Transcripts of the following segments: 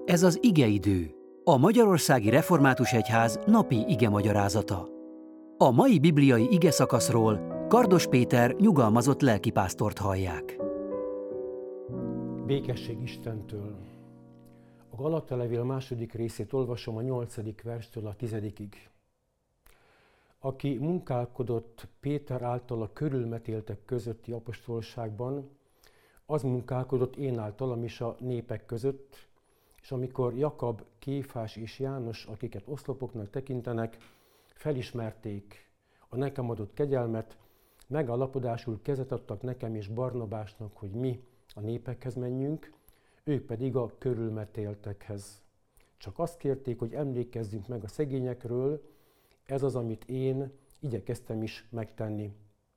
Ez az igeidő, a Magyarországi Református Egyház napi igemagyarázata. A mai bibliai igeszakaszról Kardos Péter nyugalmazott lelkipásztort hallják. Békesség Istentől. A Galatalevél második részét olvasom a 8. verstől a 10-ig. Aki munkálkodott Péter által a körülmetéltek közötti apostolságban, az munkálkodott én általam is a népek között, és amikor Jakab, Kéfás és János, akiket oszlopoknak tekintenek, felismerték a nekem adott kegyelmet, megállapodásul kezet adtak nekem és Barnabásnak, hogy mi a népekhez menjünk, ők pedig a körülmetéltekhez. Csak azt kérték, hogy emlékezzünk meg a szegényekről, ez az, amit én igyekeztem is megtenni.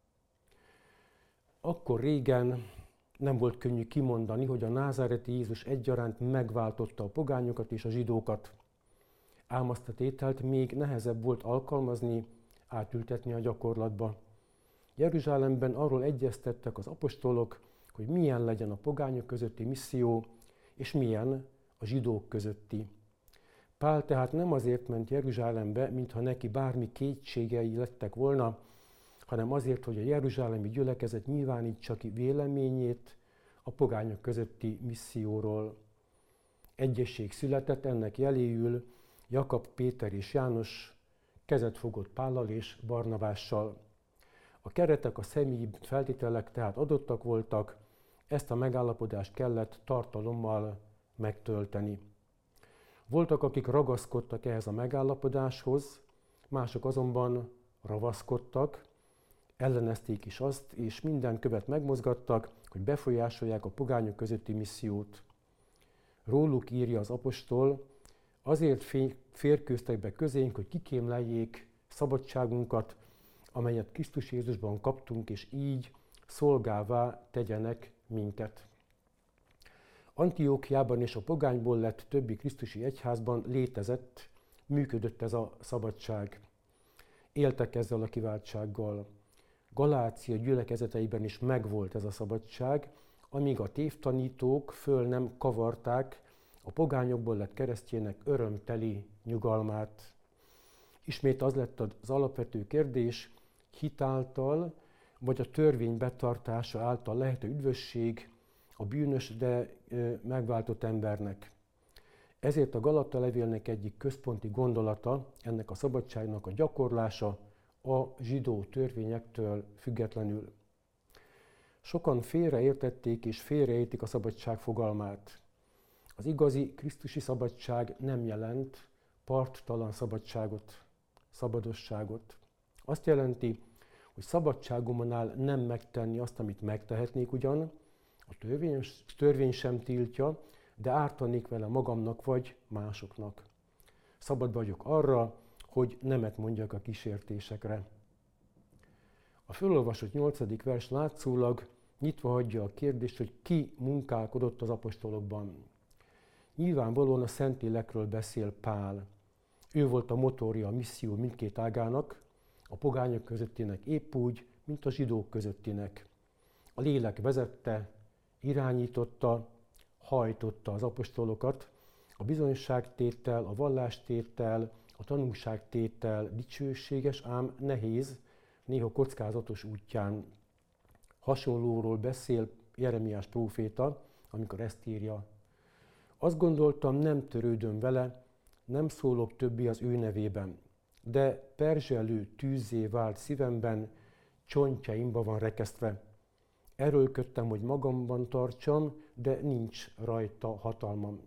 Akkor régen nem volt könnyű kimondani, hogy a názáreti Jézus egyaránt megváltotta a pogányokat és a zsidókat. Ám azt a tételt még nehezebb volt alkalmazni, átültetni a gyakorlatba. Jeruzsálemben arról egyeztettek az apostolok, hogy milyen legyen a pogányok közötti misszió, és milyen a zsidók közötti. Pál tehát nem azért ment Jeruzsálembe, mintha neki bármi kétségei lettek volna, hanem azért, hogy a jeruzsálemi gyülekezet nyilvánítsa ki véleményét a pogányok közötti misszióról. Egyesség született, ennek jeléül Jakab, Péter és János kezet fogott Pállal és Barnabással. A keretek, a személyi feltételek tehát adottak voltak, ezt a megállapodást kellett tartalommal megtölteni. Voltak, akik ragaszkodtak ehhez a megállapodáshoz, mások azonban ravaszkodtak, ellenezték is azt, és minden követ megmozgattak, hogy befolyásolják a pogányok közötti missziót. Róluk írja az apostol, azért férkőztek be közénk, hogy kikémleljék szabadságunkat, amelyet Krisztus Jézusban kaptunk, és így szolgává tegyenek minket. Antiókiában és a pogányból lett többi krisztusi egyházban létezett, működött ez a szabadság. Éltek ezzel a kiváltsággal. Galácia gyülekezeteiben is megvolt ez a szabadság, amíg a tévtanítók föl nem kavarták a pogányokból lett keresztjének örömteli nyugalmát. Ismét az lett az alapvető kérdés, hitáltal vagy a törvény betartása által lehet-e üdvösség a bűnös, de megváltott embernek. Ezért a Galatalevélnek egyik központi gondolata, ennek a szabadságnak a gyakorlása a zsidó törvényektől függetlenül. Sokan félreértették és félreértik a szabadság fogalmát. Az igazi krisztusi szabadság nem jelent parttalan szabadságot, szabadosságot. Azt jelenti, hogy szabadságomon áll nem megtenni azt, amit megtehetnék ugyan, a törvény sem tiltja, de ártanék vele magamnak vagy másoknak. Szabad vagyok arra, hogy nemet mondjak a kísértésekre. A fölolvasott 8. vers látszólag nyitva hagyja a kérdést, hogy ki munkálkodott az apostolokban. Nyilvánvalóan a Szentlélekről beszél Pál. Ő volt a motorja a misszió mindkét ágának, a pogányok közöttinek épp úgy, mint a zsidók közöttinek. A lélek vezette, irányította, hajtotta az apostolokat, a bizonyságtétel, a vallástétel, a tanúságtétel dicsőséges, ám nehéz, néha kockázatos útján. Hasonlóról beszél Jeremiás próféta, amikor ezt írja. Azt gondoltam, nem törődöm vele, nem szólok többé az ő nevében, de perzselő tűzzé vált szívemben, csontjaimba van rekesztve. Erőlködtem, hogy magamban tartsam, de nincs rajta hatalmam.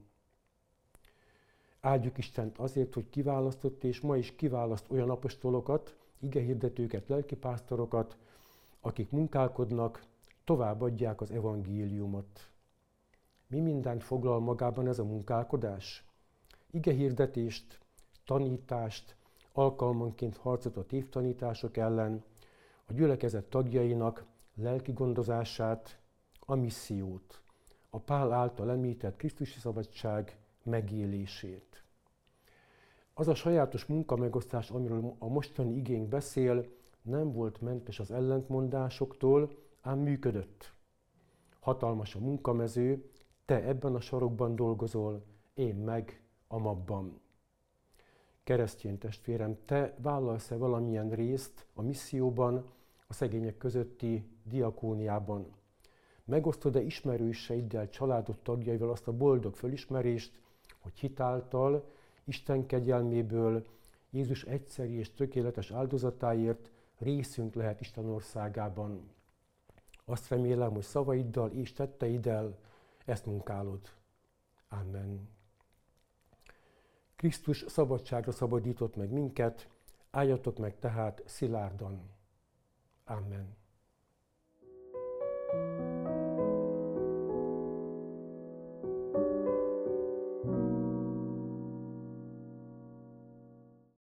Áldjuk Istent azért, hogy kiválasztott, és ma is kiválaszt olyan apostolokat, igehirdetőket, lelkipásztorokat, akik munkálkodnak, továbbadják az evangéliumot. Mi mindent foglal magában ez a munkálkodás? Igehirdetést, tanítást, alkalmanként harcot a tévtanítások ellen, a gyülekezet tagjainak lelki gondozását, a missziót, a Pál által említett krisztusi szabadság megélését. Az a sajátos munkamegosztás, amiről a mostani igénk beszél, nem volt mentes az ellentmondásoktól, ám működött. Hatalmas a munkamező, te ebben a sarokban dolgozol, én meg a mabban. Keresztény testvérem, te vállalsz-e valamilyen részt a misszióban, a szegények közötti diakóniában? Megosztod-e ismerőseiddel, családod tagjaival azt a boldog fölismerést, hogy hitáltal, Isten kegyelméből, Jézus egyszeri és tökéletes áldozatáért részünk lehet Isten országában? Azt remélem, hogy szavaiddal és tetteiddel ezt munkálod. Amen. Krisztus szabadságra szabadított meg minket, álljatok meg tehát szilárdan. Amen.